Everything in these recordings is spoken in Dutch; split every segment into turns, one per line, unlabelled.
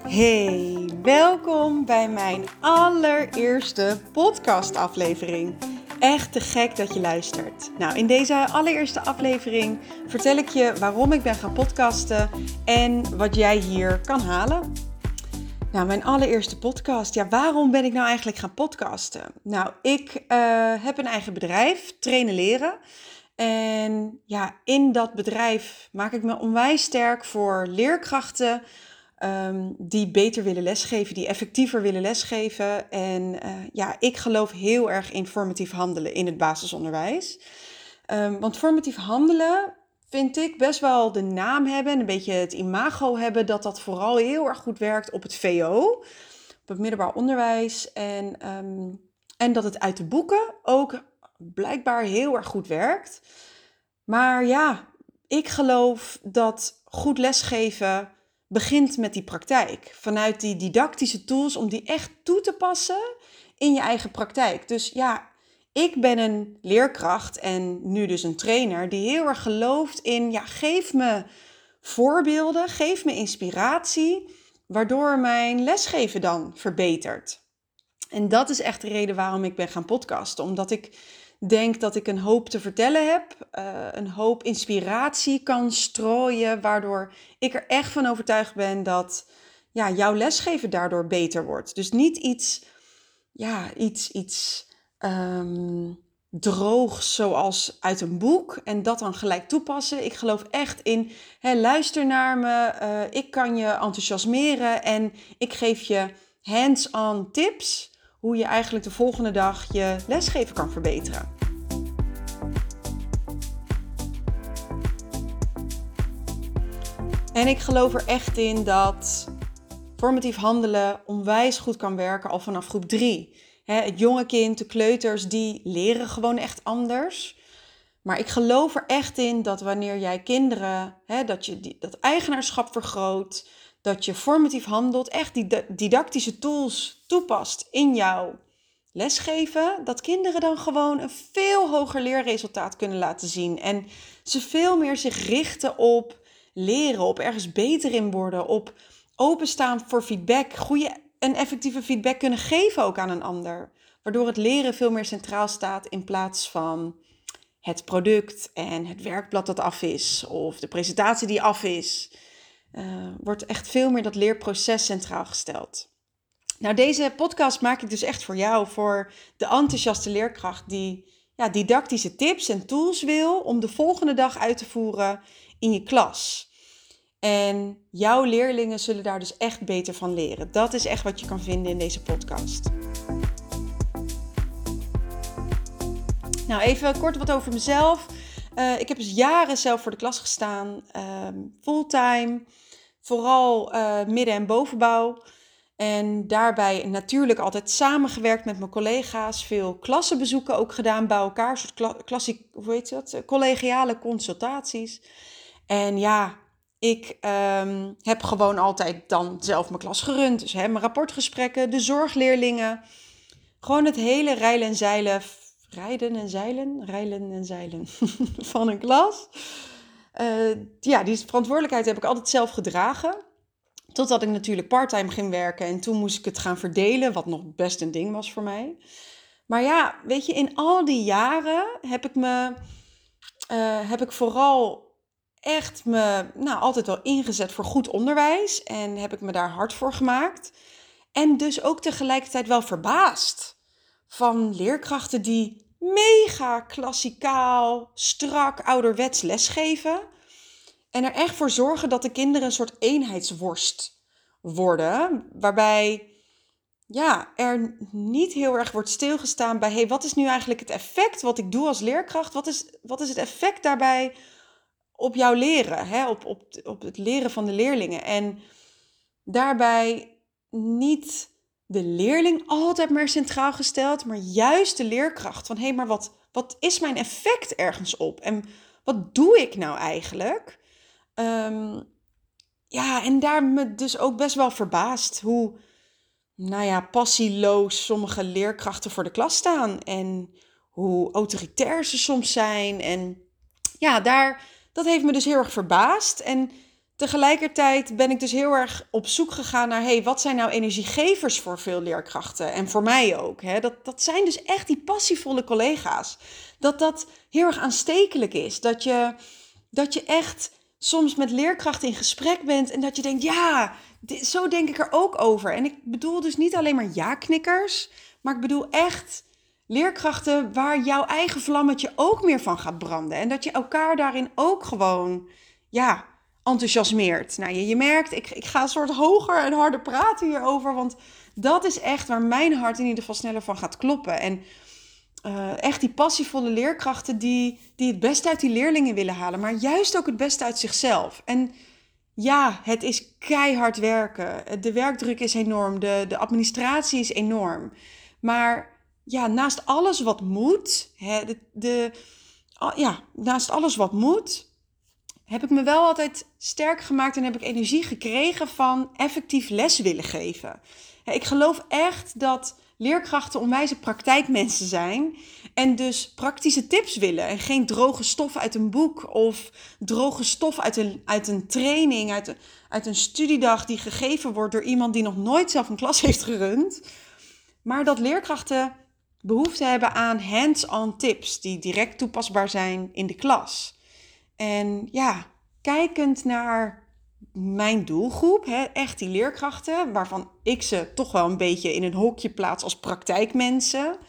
Hey, welkom bij mijn allereerste podcastaflevering. Echt te gek dat je luistert. Nou, in deze allereerste aflevering vertel ik je waarom ik ben gaan podcasten en wat jij hier kan halen. Nou, mijn allereerste podcast. Ja, waarom ben ik nou eigenlijk gaan podcasten? Nou, ik heb een eigen bedrijf, Trainen Leren. En ja, in dat bedrijf maak ik me onwijs sterk voor leerkrachten die beter willen lesgeven, die effectiever willen lesgeven. En ik geloof heel erg in formatief handelen in het basisonderwijs. Want formatief handelen vind ik best wel de naam hebben en een beetje het imago hebben dat vooral heel erg goed werkt op het VO, op het middelbaar onderwijs. En dat het uit de boeken ook blijkbaar heel erg goed werkt. Maar ja, ik geloof dat goed lesgeven begint met die praktijk. Vanuit die didactische tools om die echt toe te passen in je eigen praktijk. Dus ja, ik ben een leerkracht en nu dus een trainer die heel erg gelooft in, geef me voorbeelden, geef me inspiratie, waardoor mijn lesgeven dan verbetert. En dat is echt de reden waarom ik ben gaan podcasten. Omdat ik denk dat ik een hoop te vertellen heb, een hoop inspiratie kan strooien, waardoor ik er echt van overtuigd ben dat jouw lesgeven daardoor beter wordt. Dus niet iets droogs zoals uit een boek en dat dan gelijk toepassen. Ik geloof echt in, luister naar me, ik kan je enthousiasmeren en ik geef je hands-on tips hoe je eigenlijk de volgende dag je lesgeven kan verbeteren. En ik geloof er echt in dat formatief handelen onwijs goed kan werken al vanaf groep 3. Het jonge kind, de kleuters, die leren gewoon echt anders. Maar ik geloof er echt in dat wanneer jij kinderen, dat je dat eigenaarschap vergroot, dat je formatief handelt, echt die didactische tools toepast in jouw lesgeven, dat kinderen dan gewoon een veel hoger leerresultaat kunnen laten zien. En ze veel meer zich richten op leren, op ergens beter in worden, op openstaan voor feedback, goede en effectieve feedback kunnen geven ook aan een ander. Waardoor het leren veel meer centraal staat in plaats van het product en het werkblad dat af is of de presentatie die af is. Wordt echt veel meer dat leerproces centraal gesteld. Nou, deze podcast maak ik dus echt voor jou, voor de enthousiaste leerkracht die didactische tips en tools wil om de volgende dag uit te voeren in je klas. En jouw leerlingen zullen daar dus echt beter van leren. Dat is echt wat je kan vinden in deze podcast. Nou, even kort wat over mezelf. Ik heb dus jaren zelf voor de klas gestaan, fulltime, vooral midden- en bovenbouw. En daarbij natuurlijk altijd samengewerkt met mijn collega's, veel klassenbezoeken ook gedaan bij elkaar, soort collegiale consultaties. En ja, ik heb gewoon altijd dan zelf mijn klas gerund. Dus mijn rapportgesprekken, de zorgleerlingen, gewoon het hele rijden en zeilen van een klas. Die verantwoordelijkheid heb ik altijd zelf gedragen. Totdat ik natuurlijk parttime ging werken en toen moest ik het gaan verdelen, wat nog best een ding was voor mij. Maar ja, weet je, in al die jaren heb ik vooral echt me altijd wel ingezet voor goed onderwijs en heb ik me daar hard voor gemaakt. En dus ook tegelijkertijd wel verbaasd van leerkrachten die mega klassikaal, strak, ouderwets lesgeven. En er echt voor zorgen dat de kinderen een soort eenheidsworst worden. Waarbij er niet heel erg wordt stilgestaan bij, wat is nu eigenlijk het effect wat ik doe als leerkracht? Wat is het effect daarbij op jouw leren? Op het leren van de leerlingen. En daarbij niet de leerling altijd maar centraal gesteld, maar juist de leerkracht. Van maar wat is mijn effect ergens op? En wat doe ik nou eigenlijk? En daar me dus ook best wel verbaasd hoe, passieloos sommige leerkrachten voor de klas staan. En hoe autoritair ze soms zijn. En dat heeft me dus heel erg verbaasd. En Tegelijkertijd ben ik dus heel erg op zoek gegaan naar, wat zijn nou energiegevers voor veel leerkrachten? En voor mij ook. Dat zijn dus echt die passievolle collega's. Dat heel erg aanstekelijk is. Dat je echt soms met leerkrachten in gesprek bent en dat je denkt, zo denk ik er ook over. En ik bedoel dus niet alleen maar ja-knikkers, maar ik bedoel echt leerkrachten waar jouw eigen vlammetje ook meer van gaat branden. En dat je elkaar daarin ook gewoon, enthousiasmeert. Nou, je merkt, ik ga een soort hoger en harder praten hierover, want dat is echt waar mijn hart in ieder geval sneller van gaat kloppen. En echt die passievolle leerkrachten die het beste uit die leerlingen willen halen, maar juist ook het beste uit zichzelf. En ja, het is keihard werken. De werkdruk is enorm, de administratie is enorm. Maar ja, naast alles wat moet, naast alles wat moet, heb ik me wel altijd sterk gemaakt en heb ik energie gekregen van effectief les willen geven. Ik geloof echt dat leerkrachten onwijze praktijkmensen zijn en dus praktische tips willen en geen droge stof uit een boek of droge stof uit een training, uit een studiedag die gegeven wordt door iemand die nog nooit zelf een klas heeft gerund. Maar dat leerkrachten behoefte hebben aan hands-on tips die direct toepasbaar zijn in de klas. En kijkend naar mijn doelgroep, echt die leerkrachten, waarvan ik ze toch wel een beetje in een hokje plaats als praktijkmensen,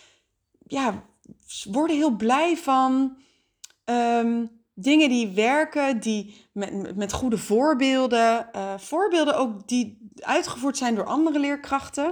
worden heel blij van dingen die werken, die met goede voorbeelden, voorbeelden ook die uitgevoerd zijn door andere leerkrachten.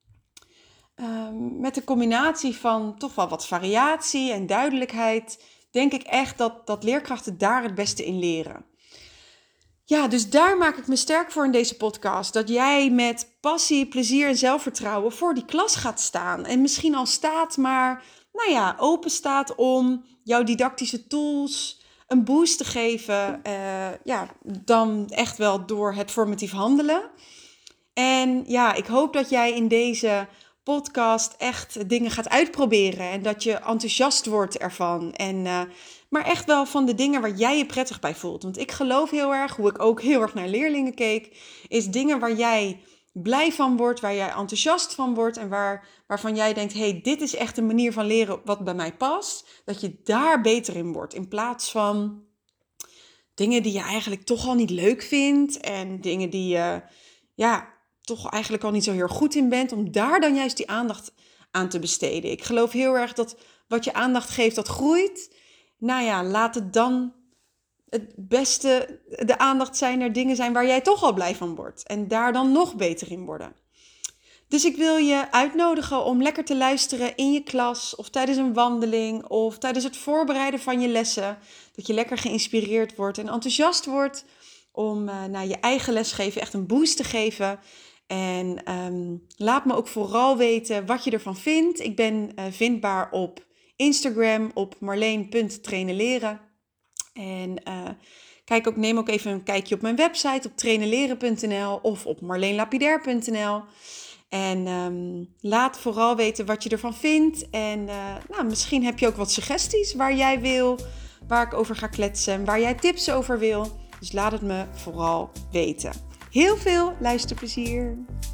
Met de combinatie van toch wel wat variatie en duidelijkheid, denk ik echt dat leerkrachten daar het beste in leren. Ja, dus daar maak ik me sterk voor in deze podcast. Dat jij met passie, plezier en zelfvertrouwen voor die klas gaat staan. En misschien al staat, maar open staat om jouw didactische tools een boost te geven. Dan echt wel door het formatief handelen. En ik hoop dat jij in deze podcast echt dingen gaat uitproberen en dat je enthousiast wordt ervan. Maar echt wel van de dingen waar jij je prettig bij voelt. Want ik geloof heel erg, hoe ik ook heel erg naar leerlingen keek, is dingen waar jij blij van wordt, waar jij enthousiast van wordt en waarvan jij denkt, dit is echt een manier van leren wat bij mij past. Dat je daar beter in wordt in plaats van dingen die je eigenlijk toch al niet leuk vindt en dingen die je, toch eigenlijk al niet zo heel goed in bent, om daar dan juist die aandacht aan te besteden. Ik geloof heel erg dat wat je aandacht geeft, dat groeit. Laat het dan het beste de aandacht zijn naar dingen zijn waar jij toch al blij van wordt. En daar dan nog beter in worden. Dus ik wil je uitnodigen om lekker te luisteren in je klas of tijdens een wandeling of tijdens het voorbereiden van je lessen. Dat je lekker geïnspireerd wordt en enthousiast wordt om je eigen lesgeven echt een boost te geven. En laat me ook vooral weten wat je ervan vindt. Ik ben vindbaar op Instagram op marleen.trainenleren. En neem ook even een kijkje op mijn website op trainenleren.nl of op marleenlapidair.nl. En laat vooral weten wat je ervan vindt. En misschien heb je ook wat suggesties waar jij wil, waar ik over ga kletsen, waar jij tips over wil. Dus laat het me vooral weten. Heel veel luisterplezier!